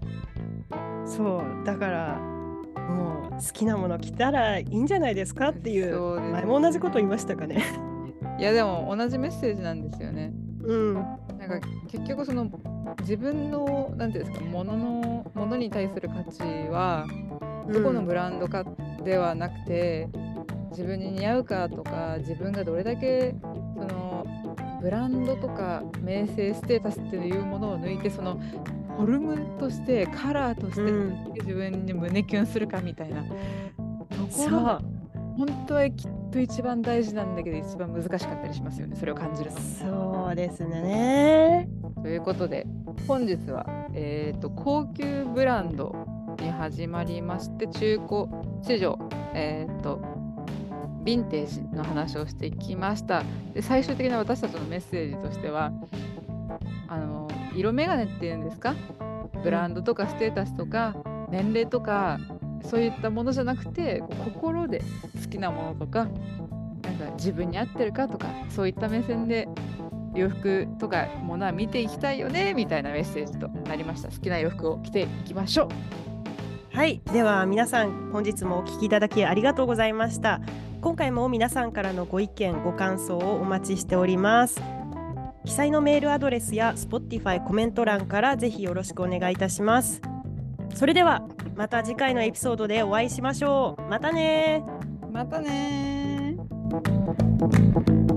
そうだからもう好きなもの着たらいいんじゃないですかっていう、前も同じこと言いましたかね。 いやでも同じメッセージなんですよね。なんか結局その自分のなんていうんですか、ものに対する価値はどこのブランドかではなくて、自分に似合うかとか、自分がどれだけそのブランドとか名声ステータスっていうものを抜いて、そのフォルムとしてカラーとして自分に胸キュンするかみたいなところが本当はきっと一番大事なんだけど、一番難しかったりしますよね、それを感じるの。 そうですね。 ということで本日は、高級ブランドに始まりまして、中古市場、ヴィンテージの話をしてきました。で最終的な私たちのメッセージとしては、色眼鏡っていうんですか、ブランドとかステータスとか年齢とかそういったものじゃなくて、心で好きなものとか、なんか自分に合ってるかとか、そういった目線で洋服とかものは見ていきたいよねみたいなメッセージとなりました。好きな洋服を着ていきましょう。 はい、では皆さん本日もお聞きいただきありがとうございました。今回も皆さんからのご意見ご感想をお待ちしております。記載のメールアドレスや Spotify コメント欄からぜひよろしくお願いいたします。それではまた次回のエピソードでお会いしましょう。またね。 またね。